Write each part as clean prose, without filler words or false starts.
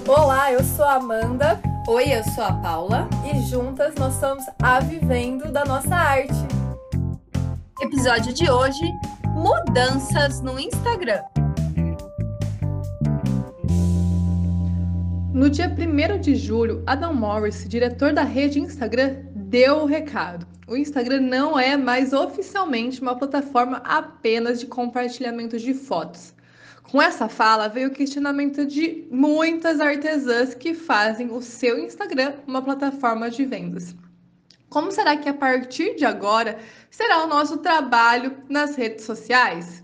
Olá, eu sou a Amanda Oi, eu sou a Paula. e juntas nós somos a Vivendo da Nossa Arte. Episódio de hoje: mudanças no Instagram. No dia 1º de julho, Adam Morris, diretor da rede Instagram, deu o recado. O Instagram não é mais oficialmente uma plataforma apenas de compartilhamento de fotos. Com essa fala, veio o questionamento de muitas artesãs que fazem o seu Instagram uma plataforma de vendas. Como será que a partir de agora será o nosso trabalho nas redes sociais?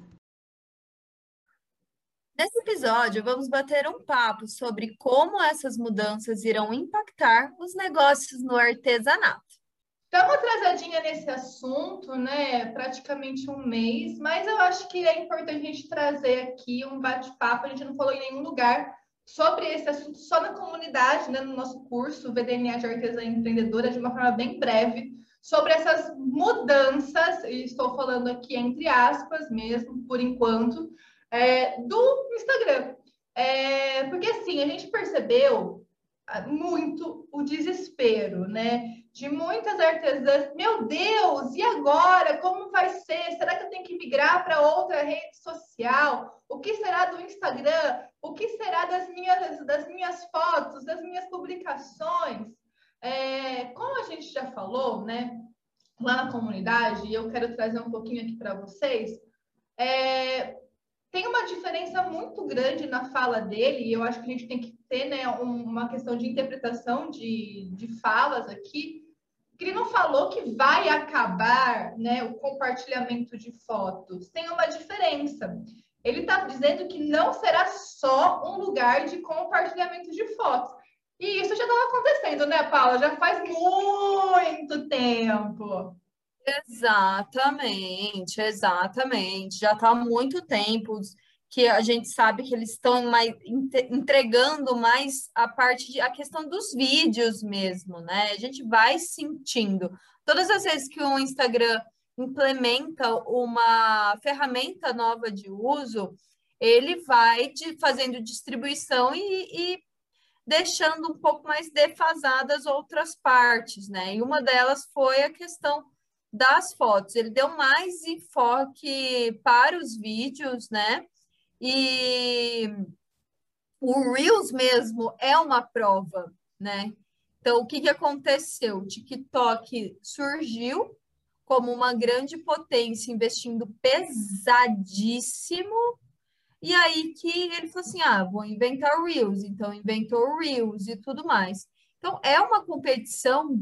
Nesse episódio, vamos bater um papo sobre como essas mudanças irão impactar os negócios no artesanato. Dá uma atrasadinha nesse assunto, né? Praticamente um mês, mas eu acho que é importante a gente trazer aqui um bate-papo. A gente não falou em nenhum lugar sobre esse assunto, só na comunidade, né? No nosso curso VDNA de Artesã Empreendedora, de uma forma bem breve, sobre essas mudanças, e estou falando aqui entre aspas mesmo, por enquanto, do Instagram. Porque assim, a gente percebeu muito o desespero, né? De muitas artesãs. Meu Deus, e agora? Como vai ser? Será que eu tenho que migrar para outra rede social? O que será do Instagram? O que será das minhas fotos, das minhas publicações? Como a gente já falou, né? Lá na comunidade, e eu quero trazer um pouquinho aqui para vocês. Tem uma diferença muito grande na fala dele, e eu acho que a gente tem que ter, né, uma questão de interpretação de falas aqui, que ele não falou que vai acabar, né, o compartilhamento de fotos. Tem uma diferença. Ele está dizendo que não será só um lugar de compartilhamento de fotos. E isso já estava acontecendo, né, Paula? Já faz muito tempo. Exatamente, exatamente. Já está há muito tempo que a gente sabe que eles estão entregando mais a questão dos vídeos mesmo, né? A gente vai sentindo. Todas as vezes que o Instagram implementa uma ferramenta nova de uso, ele vai fazendo distribuição e deixando um pouco mais defasadas outras partes, né? E uma delas foi a questão das fotos. Ele deu mais enfoque para os vídeos, né? E o Reels mesmo é uma prova, né? Então, o que que aconteceu? O TikTok surgiu como uma grande potência, investindo pesadíssimo, e aí que ele falou assim: ah, vou inventar o Reels, então inventou o Reels e tudo mais. Então, é uma competição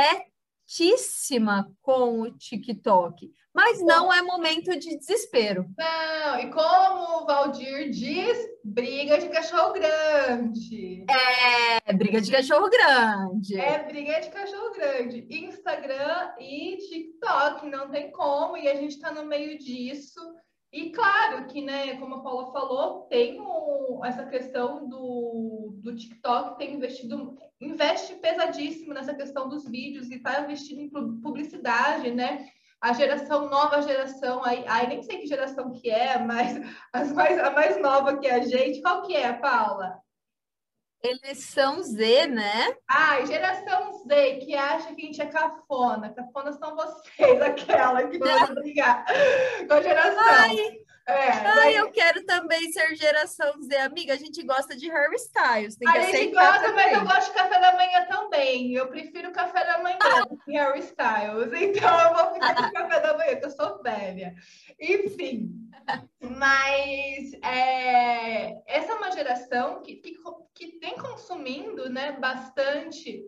diretíssima com o TikTok, mas não é momento de desespero. Não, e como o Valdir diz, briga de cachorro grande. É briga de cachorro grande. É briga de cachorro grande. Instagram e TikTok, não tem como, e a gente está no meio disso. E claro que, né, como a Paula falou, tem essa questão do TikTok, investe pesadíssimo nessa questão dos vídeos e está investindo em publicidade, né? Nova geração, aí nem sei que geração que é, mas a mais nova que a gente, qual que é, Paula? Eles são Z, né? Ai, geração Z, que acha que a gente é cafona. Cafona são vocês, aquela que vai brigar com a geração. Eu quero também ser geração Z. Amiga, a gente gosta de Harry Styles, tem que A gente aceitar gosta, mas eu também. gosto de café da manhã também. Eu prefiro café da manhã do que Harry Styles. Então eu vou ficar com café da manhã, que eu sou velha. Enfim. Mas essa é uma geração que tem consumindo, né, bastante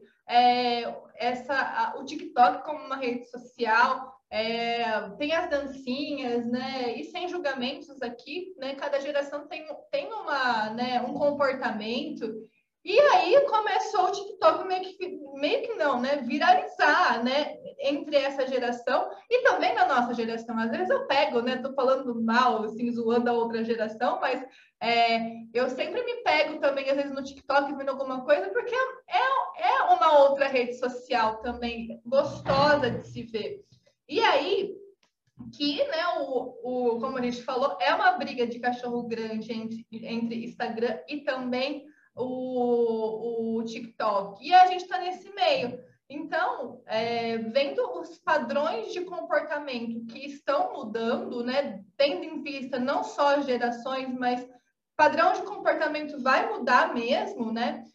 o TikTok como uma rede social, tem as dancinhas, né, e sem julgamentos aqui, né, cada geração tem né, um comportamento. E aí começou o TikTok meio que não, né, viralizar, né, entre essa geração e também na nossa geração. Às vezes eu pego, né, tô falando mal, assim, zoando a outra geração, mas eu sempre me pego também, às vezes, no TikTok vendo alguma coisa, porque é uma outra rede social também gostosa de se ver. E aí, que, né, como a gente falou, é uma briga de cachorro grande entre Instagram e também o TikTok. E a gente está nesse meio. Então, vendo os padrões de comportamento que estão mudando, né, tendo em vista não só as gerações, mas padrão de comportamento vai mudar mesmo, né?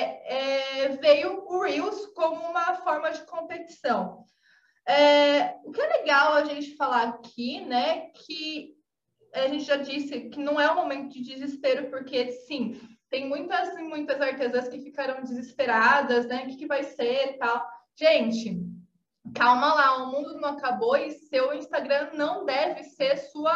Veio o Reels como uma forma de competição. O que é legal a gente falar aqui, né, que a gente já disse que não é um momento de desespero, porque, sim, tem muitas e muitas artesãs que ficaram desesperadas, né? O que vai ser e tal. Gente, calma lá, o mundo não acabou e seu Instagram não deve ser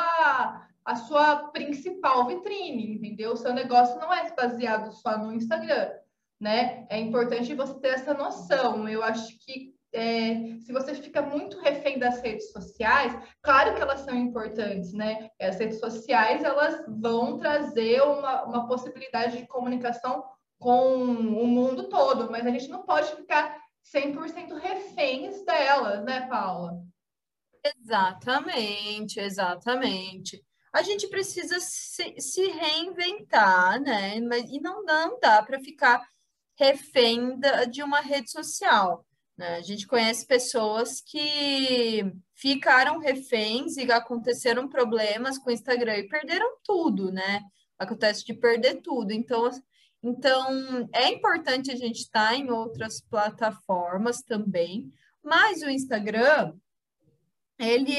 a sua principal vitrine, entendeu? O seu negócio não é baseado só no Instagram, né? É importante você ter essa noção. Eu acho que se você fica muito refém das redes sociais, claro que elas são importantes, né? As redes sociais, elas vão trazer uma possibilidade de comunicação com o mundo todo, mas a gente não pode ficar 100% reféns delas, né, Paula? Exatamente, exatamente. A gente precisa se reinventar, né? E não dá para ficar refém de uma rede social, né? A gente conhece pessoas que ficaram reféns e aconteceram problemas com o Instagram e perderam tudo, né? Acontece de perder tudo. Então é importante a gente estar em outras plataformas também, mas o Instagram ele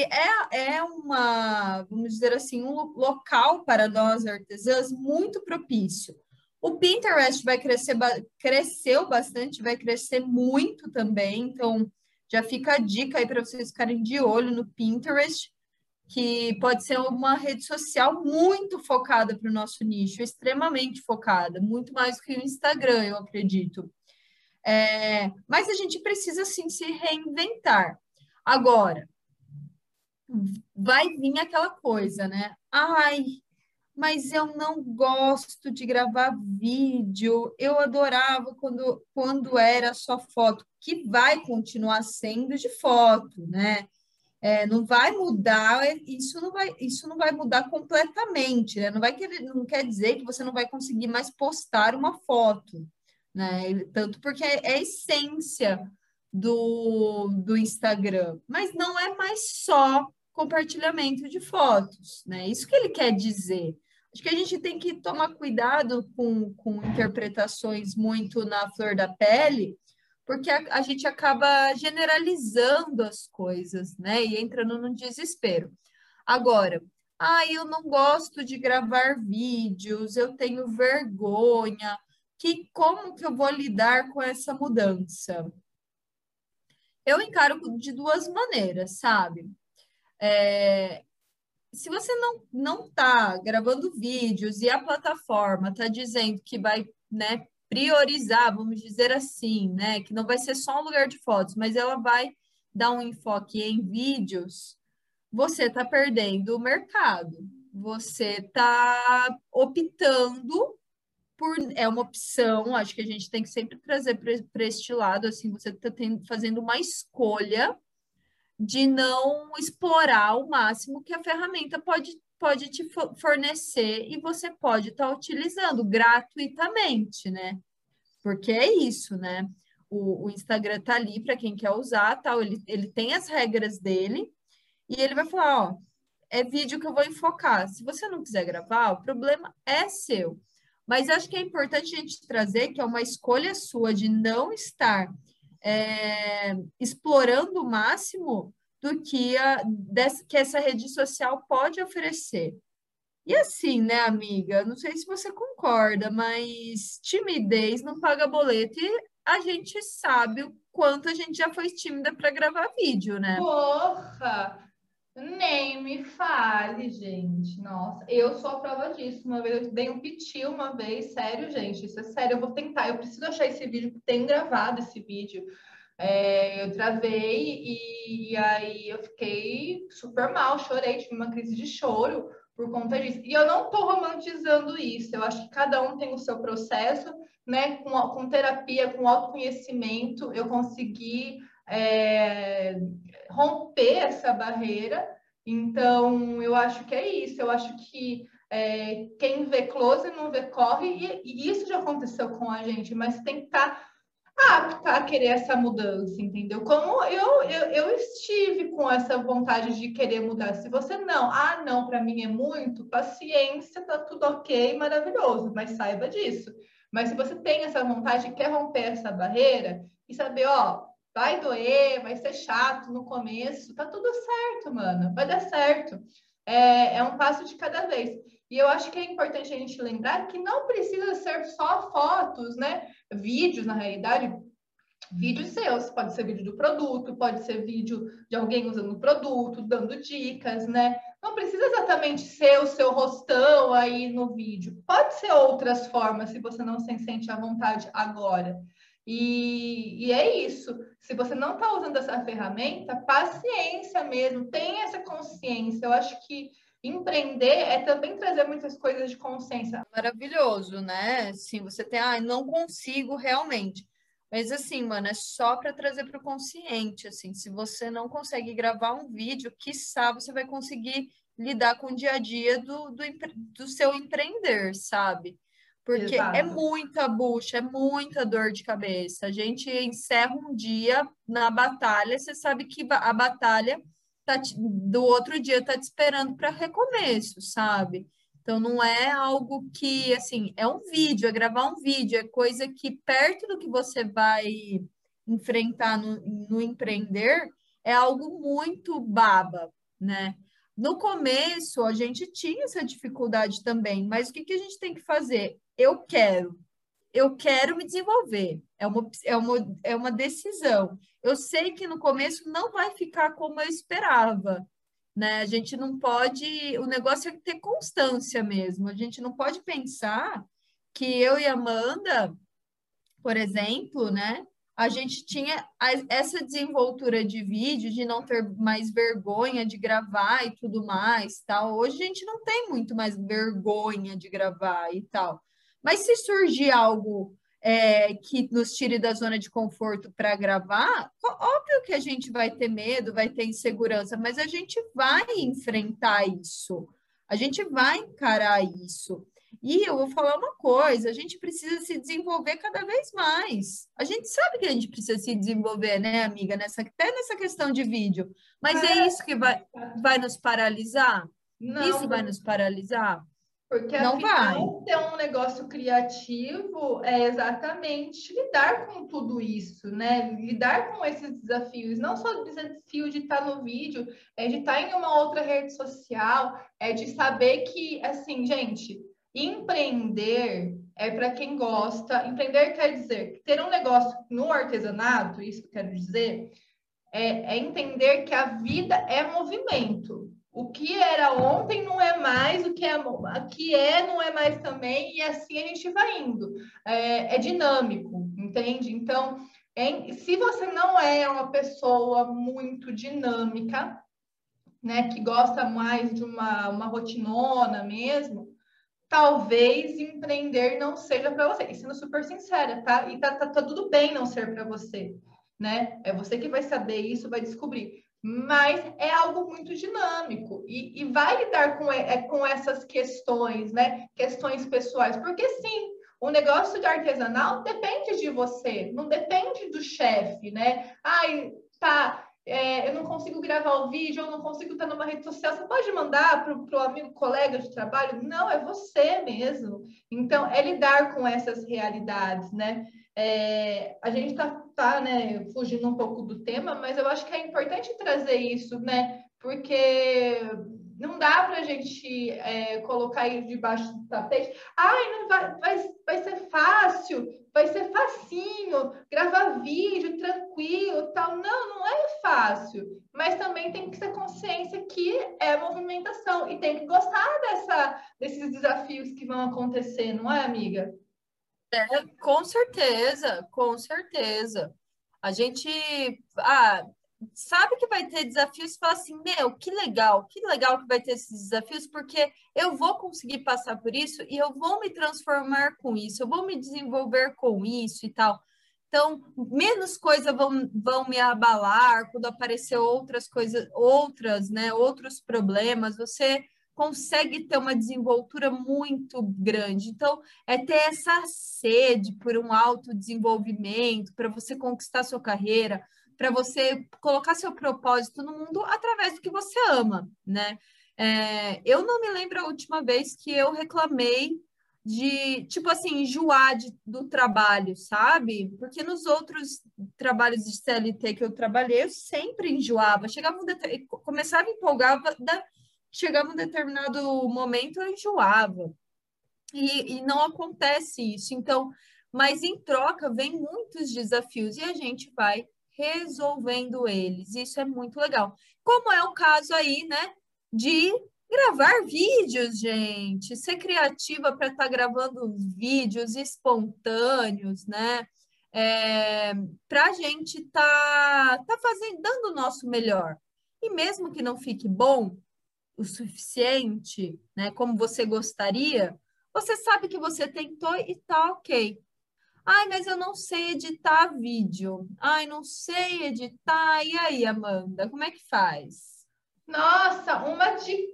vamos dizer assim, um local para nós artesãs muito propício. O Pinterest cresceu bastante, vai crescer muito também, então já fica a dica aí para vocês ficarem de olho no Pinterest, que pode ser uma rede social muito focada para o nosso nicho, extremamente focada, muito mais que o Instagram, eu acredito. Mas a gente precisa, sim, se reinventar. Agora, vai vir aquela coisa, né? Ai, mas eu não gosto de gravar vídeo. Eu adorava quando era só foto, que vai continuar sendo de foto, né? Não vai mudar, isso não vai mudar completamente, né? Não quer dizer que você não vai conseguir mais postar uma foto, né? Tanto porque é a essência do Instagram, mas não é mais só compartilhamento de fotos, né? Isso que ele quer dizer. Acho que a gente tem que tomar cuidado com interpretações muito na flor da pele, porque a gente acaba generalizando as coisas, né? E entrando no desespero. Agora, eu não gosto de gravar vídeos, eu tenho vergonha. Como que eu vou lidar com essa mudança? Eu encaro de duas maneiras, sabe? Se você não está gravando vídeos e a plataforma está dizendo que vai, né, priorizar, vamos dizer assim, né, que não vai ser só um lugar de fotos, mas ela vai dar um enfoque em vídeos, você está perdendo o mercado. Você está optando é uma opção, acho que a gente tem que sempre trazer para este lado, assim, você está fazendo uma escolha de não explorar o máximo que a ferramenta pode te fornecer e você pode estar utilizando gratuitamente, né? Porque é isso, né? O Instagram tá ali para quem quer usar, tal, ele tem as regras dele e ele vai falar, ó, é vídeo que eu vou enfocar. Se você não quiser gravar, o problema é seu. Mas acho que é importante a gente trazer que é uma escolha sua de não estar explorando o máximo do que que essa rede social pode oferecer. E assim, né, amiga? Não sei se você concorda, mas timidez não paga boleto e a gente sabe o quanto a gente já foi tímida para gravar vídeo, né? Porra! Nem me fale, gente. Nossa, eu sou a prova disso. Uma vez eu dei um piti uma vez, sério, gente. Isso é sério, eu vou tentar. Eu preciso achar esse vídeo, porque tem gravado esse vídeo. Eu travei e aí eu fiquei super mal, chorei, tive uma crise de choro por conta disso. E eu não tô romantizando isso. Eu acho que cada um tem o seu processo, né? Com terapia, com autoconhecimento, eu consegui romper essa barreira. Então, eu acho que é isso. Eu acho que Quem vê close não vê corre, e isso já aconteceu com a gente, mas tem que estar apta a querer essa mudança, entendeu? Como eu estive com essa vontade de querer mudar. Se você não, para mim é muito, paciência, tá tudo ok, maravilhoso, mas saiba disso. Mas se você tem essa vontade, quer romper essa barreira e saber, ó, vai doer, vai ser chato no começo, tá tudo certo, mano, vai dar certo. É um passo de cada vez. E eu acho que é importante a gente lembrar que não precisa ser só fotos, né? Vídeos, na realidade, vídeos seus. Pode ser vídeo do produto, pode ser vídeo de alguém usando o produto, dando dicas, né? Não precisa exatamente ser o seu rostão aí no vídeo. Pode ser outras formas, se você não se sente à vontade agora. E é isso. Se você não está usando essa ferramenta, paciência mesmo, tenha essa consciência. Eu acho que empreender é também trazer muitas coisas de consciência. Maravilhoso, né? Sim, você tem, não consigo realmente. Mas assim, mano, é só para trazer para o consciente, assim, se você não consegue gravar um vídeo, quiçá você vai conseguir lidar com o dia a dia do seu empreender, sabe? Porque é Exato. muita bucha, é muita dor de cabeça. A gente encerra um dia na batalha, você sabe que a batalha do outro dia tá te esperando para recomeço, sabe? Então, não é algo que, assim, é um vídeo, é gravar um vídeo, é coisa que, perto do que você vai enfrentar no empreender, é algo muito baba, né? No começo, a gente tinha essa dificuldade também, mas o que a gente tem que fazer? Eu quero me desenvolver, é uma decisão. Eu sei que no começo não vai ficar como eu esperava, né? A gente não pode, o negócio é ter constância mesmo. A gente não pode pensar que eu e a Amanda, por exemplo, né? A gente tinha essa desenvoltura de vídeo, de não ter mais vergonha de gravar e tudo mais, tal. Hoje a gente não tem muito mais vergonha de gravar e tal. Mas se surgir algo que nos tire da zona de conforto para gravar, óbvio que a gente vai ter medo, vai ter insegurança, mas a gente vai enfrentar isso, a gente vai encarar isso. E eu vou falar uma coisa, a gente precisa se desenvolver cada vez mais. A gente sabe que a gente precisa se desenvolver, né, amiga, até nessa questão de vídeo. Mas é isso que vai nos paralisar? Isso vai nos paralisar? Porque não vai. Ter um negócio criativo é exatamente lidar com tudo isso, né? Lidar com esses desafios, não só o desafio de estar no vídeo, é de estar em uma outra rede social, é de saber que, assim, gente, empreender é para quem gosta. Empreender quer dizer ter um negócio no artesanato, isso que eu quero dizer, é entender que a vida é movimento. O que era ontem não é mais, o que não é mais também, e assim a gente vai indo. É dinâmico, entende? Então, se você não é uma pessoa muito dinâmica, né, que gosta mais de uma rotinona mesmo, talvez empreender não seja para você. E sendo super sincera, tá? E tá tudo bem não ser para você, né? É você que vai saber isso, vai descobrir. Mas é algo muito dinâmico e vai lidar com essas questões, né? Questões pessoais, porque sim, o negócio de artesanal depende de você, não depende do chefe, né? Ai, tá. Eu não consigo gravar o vídeo, eu não consigo estar numa rede social, você pode mandar para o amigo, colega de trabalho? Não, é você mesmo. Então, é lidar com essas realidades, né? A gente tá, né, fugindo um pouco do tema, mas eu acho que é importante trazer isso, né? Porque não dá para a gente colocar isso debaixo do tapete. Ai, não vai ser fácil, vai ser facinho, gravar vídeo tranquilo, tal. Não é fácil, mas também tem que ter consciência que é movimentação e tem que gostar desses desafios que vão acontecer, não é, amiga? Com certeza, com certeza. A gente sabe que vai ter desafios e fala assim, meu, que legal que vai ter esses desafios, porque eu vou conseguir passar por isso e eu vou me transformar com isso, eu vou me desenvolver com isso e tal. Então, menos coisas vão me abalar quando aparecer outras coisas, né, outros problemas, você consegue ter uma desenvoltura muito grande. Então, é ter essa sede por um autodesenvolvimento, para você conquistar sua carreira, para você colocar seu propósito no mundo através do que você ama, né? Eu não me lembro a última vez que eu reclamei de, tipo assim, enjoar do trabalho, sabe? Porque nos outros trabalhos de CLT que eu trabalhei, eu sempre enjoava. Começava a empolgar, chegava um determinado momento, eu enjoava. E não acontece isso. Então, mas em troca, vem muitos desafios e a gente vai resolvendo eles. Isso é muito legal. Como é o caso aí, né, de gravar vídeos, gente, ser criativa para estar gravando vídeos espontâneos, né? Para a gente tá fazendo, dando o nosso melhor. E mesmo que não fique bom o suficiente, né, como você gostaria, você sabe que você tentou e tá ok. Ai, mas eu não sei editar vídeo. Ai, não sei editar. E aí, Amanda, como é que faz? Nossa, uma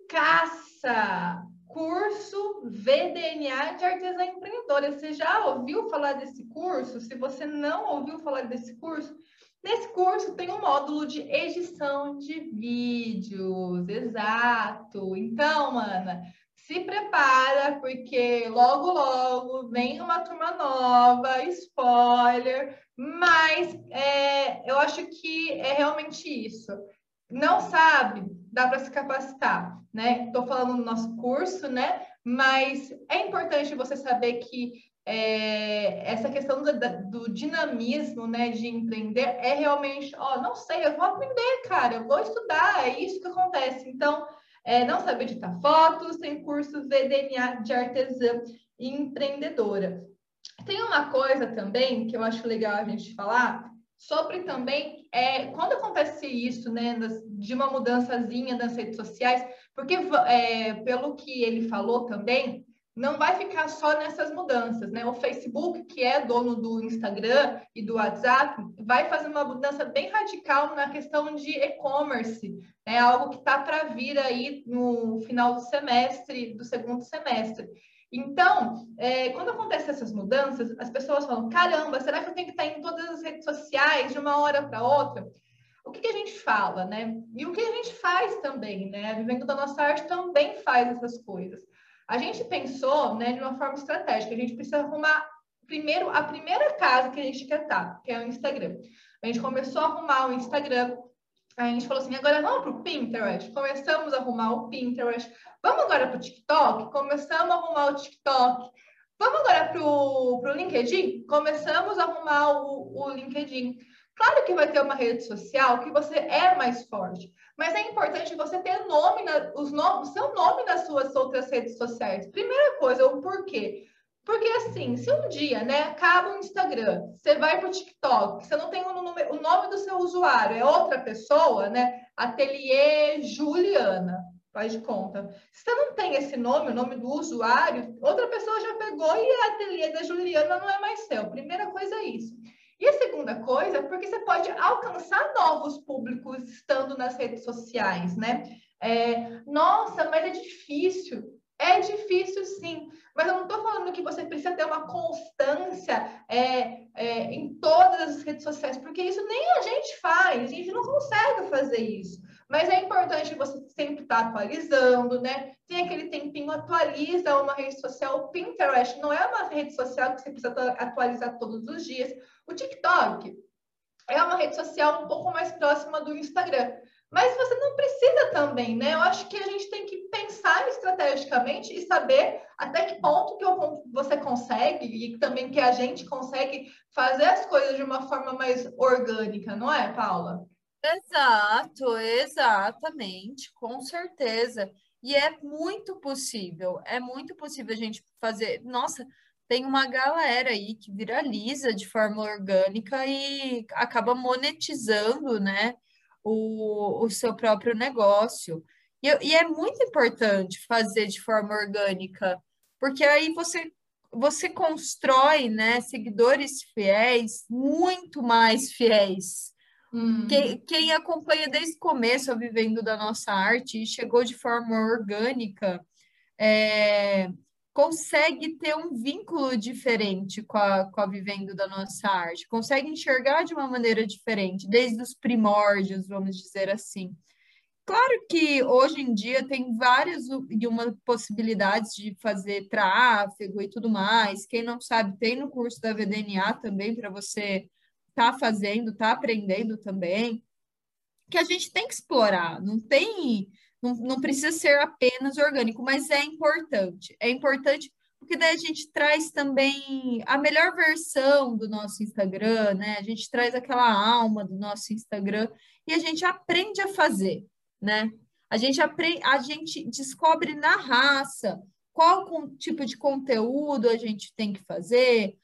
dicaça! Curso VDNA de Artesã Empreendedora. Você já ouviu falar desse curso? Se você não ouviu falar desse curso, nesse curso tem um módulo de edição de vídeos. Exato. Então, mana, se prepara, porque logo, logo vem uma turma nova, spoiler, mas eu acho que é realmente isso. Não sabe, dá para se capacitar, né? Estou falando no nosso curso, né? Mas é importante você saber que essa questão do dinamismo, né, de empreender é realmente, não sei, eu vou aprender, cara, eu vou estudar, é isso que acontece. Então, não saber editar fotos, tem curso VDNA de artesã e empreendedora. Tem uma coisa também que eu acho legal a gente falar sobre também quando acontece isso, né, de uma mudançazinha nas redes sociais, porque pelo que ele falou também, não vai ficar só nessas mudanças, né? O Facebook, que é dono do Instagram e do WhatsApp, vai fazer uma mudança bem radical na questão de e-commerce, né? Algo que está para vir aí no final do semestre, do segundo semestre. Então, quando acontecem essas mudanças, as pessoas falam: caramba, será que eu tenho que estar em todas as redes sociais de uma hora para outra? O que a gente fala, né? E o que a gente faz também, né? Vivendo da nossa arte também faz essas coisas. A gente pensou, né, de uma forma estratégica. A gente precisa arrumar primeiro a primeira casa que a gente quer estar, que é o Instagram. A gente começou a arrumar o Instagram. A gente falou assim: agora vamos para o Pinterest. Começamos a arrumar o Pinterest. Vamos agora para o TikTok? Começamos a arrumar o TikTok. Vamos agora para o LinkedIn? Começamos a arrumar o LinkedIn. Claro que vai ter uma rede social que você é mais forte, mas é importante você ter o seu nome nas suas outras redes sociais. Primeira coisa, o porquê. Porque assim, se um dia, né, acaba o Instagram, você vai para o TikTok, você não tem o nome do seu usuário, é outra pessoa, né? Ateliê Juliana, faz de conta. Se você não tem esse nome, o nome do usuário, outra pessoa já pegou e a ateliê da Juliana não é mais seu. Primeira coisa é isso. E a segunda coisa é porque você pode alcançar novos públicos estando nas redes sociais, né? Nossa, mas é difícil. É difícil, sim. Mas eu não estou falando que você precisa ter uma constância em todas as redes sociais, porque isso nem a gente faz. A gente não consegue fazer isso. Mas é importante você sempre estar atualizando, né? Tem aquele tempinho, atualiza uma rede social. O Pinterest não é uma rede social que você precisa atualizar todos os dias. O TikTok é uma rede social um pouco mais próxima do Instagram. Mas você não precisa também, né? Eu acho que a gente tem que pensar estrategicamente e saber até que ponto que você consegue e também que a gente consegue fazer as coisas de uma forma mais orgânica, não é, Paula? Exato, exatamente, com certeza. E é muito possível a gente fazer. Nossa, tem uma galera aí que viraliza de forma orgânica e acaba monetizando, né, o seu próprio negócio. E é muito importante fazer de forma orgânica, porque aí você constrói, né, seguidores fiéis, muito mais fiéis. Quem acompanha desde o começo a Vivendo da Nossa Arte e chegou de forma orgânica, consegue ter um vínculo diferente com a Vivendo da Nossa Arte, consegue enxergar de uma maneira diferente, desde os primórdios, vamos dizer assim. Claro que hoje em dia tem várias e uma possibilidades de fazer tráfego e tudo mais. Quem não sabe, tem no curso da VDNA também para você estar fazendo, tá aprendendo também, que a gente tem que explorar, não precisa ser apenas orgânico, mas é importante. É importante porque daí a gente traz também a melhor versão do nosso Instagram, né? A gente traz aquela alma do nosso Instagram e a gente aprende a fazer, né? A gente descobre na raça tipo de conteúdo a gente tem que fazer,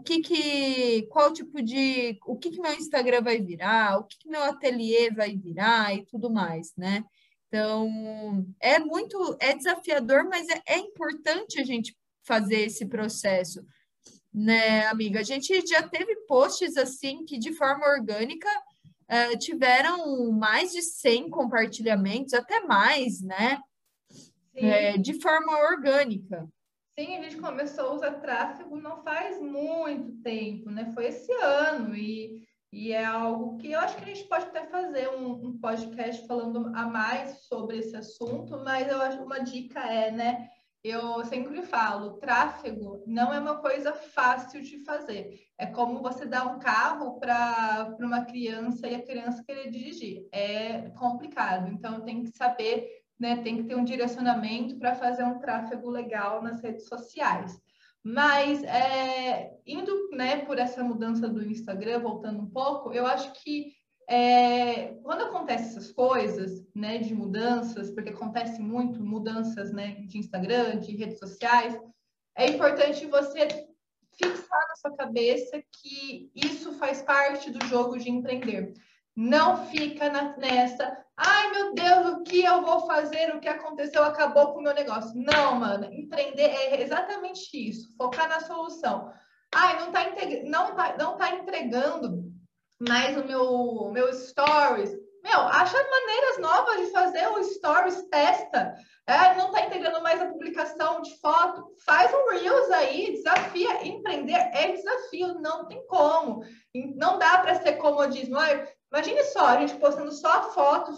o que que meu Instagram vai virar, o que que meu ateliê vai virar e tudo mais, né? Então, é desafiador, mas é importante a gente fazer esse processo, né, amiga? A gente já teve posts assim que de forma orgânica tiveram mais de 100 compartilhamentos, até mais, né? De forma orgânica. Sim, a gente começou a usar tráfego não faz muito tempo, né? Foi esse ano e é algo que eu acho que a gente pode até fazer um podcast falando a mais sobre esse assunto, mas eu acho uma dica né? Eu sempre falo, tráfego não é uma coisa fácil de fazer. É como você dar um carro para uma criança e a criança querer dirigir. É complicado, então tem que saber, né, tem que ter um direcionamento para fazer um tráfego legal nas redes sociais. Mas indo, né, por essa mudança do Instagram, voltando um pouco, eu acho que quando acontecem essas coisas, né, de mudanças, porque acontece muito mudanças, né, de Instagram, de redes sociais, é importante você fixar na sua cabeça que isso faz parte do jogo de empreender. Não fica nessa, ai meu Deus, o que eu vou fazer? O que aconteceu acabou com o meu negócio. Não, mano, empreender é exatamente isso, focar na solução. Ai, não tá entregando mais o meu stories. Meu, acha maneiras novas de fazer o stories, testa. Não tá integrando mais a publicação de foto, faz um Reels aí, desafia. Empreender é desafio, não tem como. Não dá para ser comodismo. Imagine só, a gente postando só foto,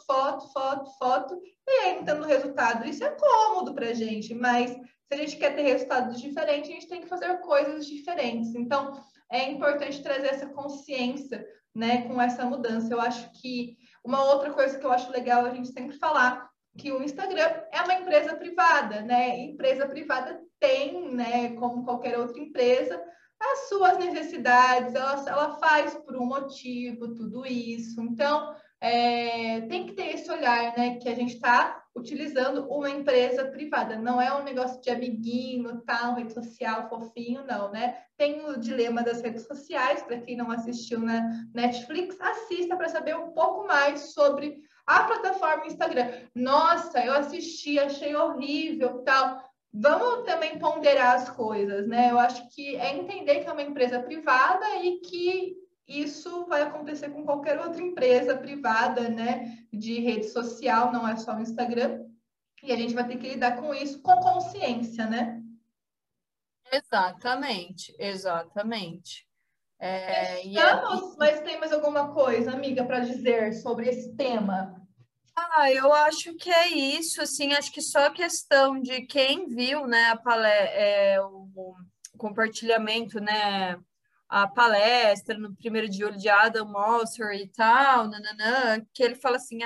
e aí não tendo resultado. Isso é cômodo para a gente, mas se a gente quer ter resultados diferentes, a gente tem que fazer coisas diferentes. Então, é importante trazer essa consciência, né, com essa mudança. Eu acho que uma outra coisa que eu acho legal a gente sempre falar, que o Instagram é uma empresa privada, né? Empresa privada tem, né, como qualquer outra empresa, as suas necessidades, ela faz por um motivo tudo isso. Então, tem que ter esse olhar, né, que a gente está utilizando uma empresa privada, não é um negócio de amiguinho, tal, rede social, fofinho, não, né? Tem o dilema das redes sociais, para quem não assistiu na Netflix, assista para saber um pouco mais sobre a plataforma Instagram. Nossa, eu assisti, achei horrível, tal. Vamos também ponderar as coisas, né? Eu acho que é entender que é uma empresa privada e que isso vai acontecer com qualquer outra empresa privada, né? De rede social, não é só o Instagram. E a gente vai ter que lidar com isso com consciência, né? Exatamente, exatamente. Mas tem mais alguma coisa, amiga, para dizer sobre esse tema? Eu acho que é isso, assim, acho que só a questão de quem viu, né, o compartilhamento, né, a palestra no 1º de julho de Adam Mosseri e tal, nananã, que ele fala assim,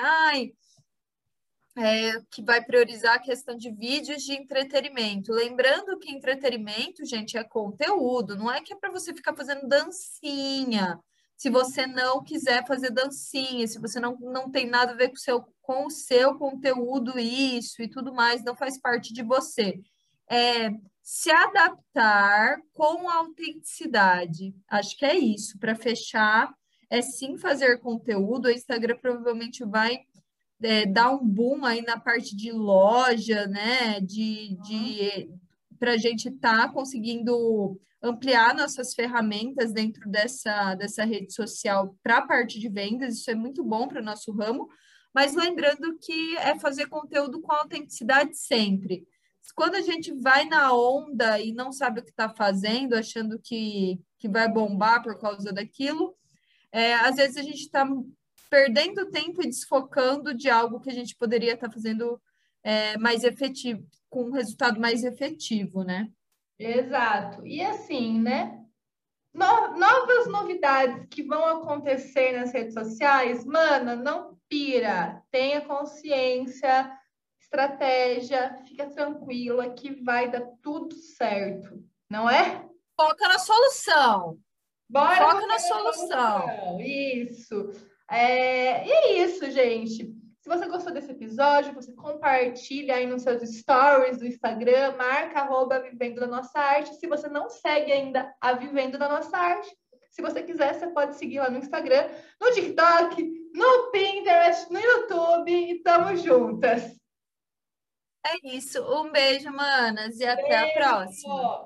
que vai priorizar a questão de vídeos de entretenimento. Lembrando que entretenimento, gente, é conteúdo, não é que é para você ficar fazendo dancinha. Se você não quiser fazer dancinha, se você não tem nada a ver com o seu conteúdo, isso e tudo mais, não faz parte de você. Se adaptar com autenticidade. Acho que é isso. Para fechar, é sim fazer conteúdo. O Instagram provavelmente vai dar um boom aí na parte de loja, né? Para a gente estar conseguindo ampliar nossas ferramentas dentro dessa rede social para a parte de vendas, isso é muito bom para o nosso ramo, mas lembrando que é fazer conteúdo com autenticidade sempre. Quando a gente vai na onda e não sabe o que está fazendo, achando que vai bombar por causa daquilo, às vezes a gente está perdendo tempo e desfocando de algo que a gente poderia estar fazendo mais efetivo, com um resultado mais efetivo, né? Exato. E assim, né? Novas novidades que vão acontecer nas redes sociais, mana, não pira, tenha consciência, estratégia, fica tranquila que vai dar tudo certo, não é? Foca na solução. Bora Foca na solução. Isso. E é isso, gente. Se você gostou desse episódio, você compartilha aí nos seus stories do Instagram, marca @Vivendo da Nossa Arte. Se você não segue ainda a Vivendo da Nossa Arte, se você quiser, você pode seguir lá no Instagram, no TikTok, no Pinterest, no YouTube e tamo juntas. É isso. Um beijo, manas, e até a próxima.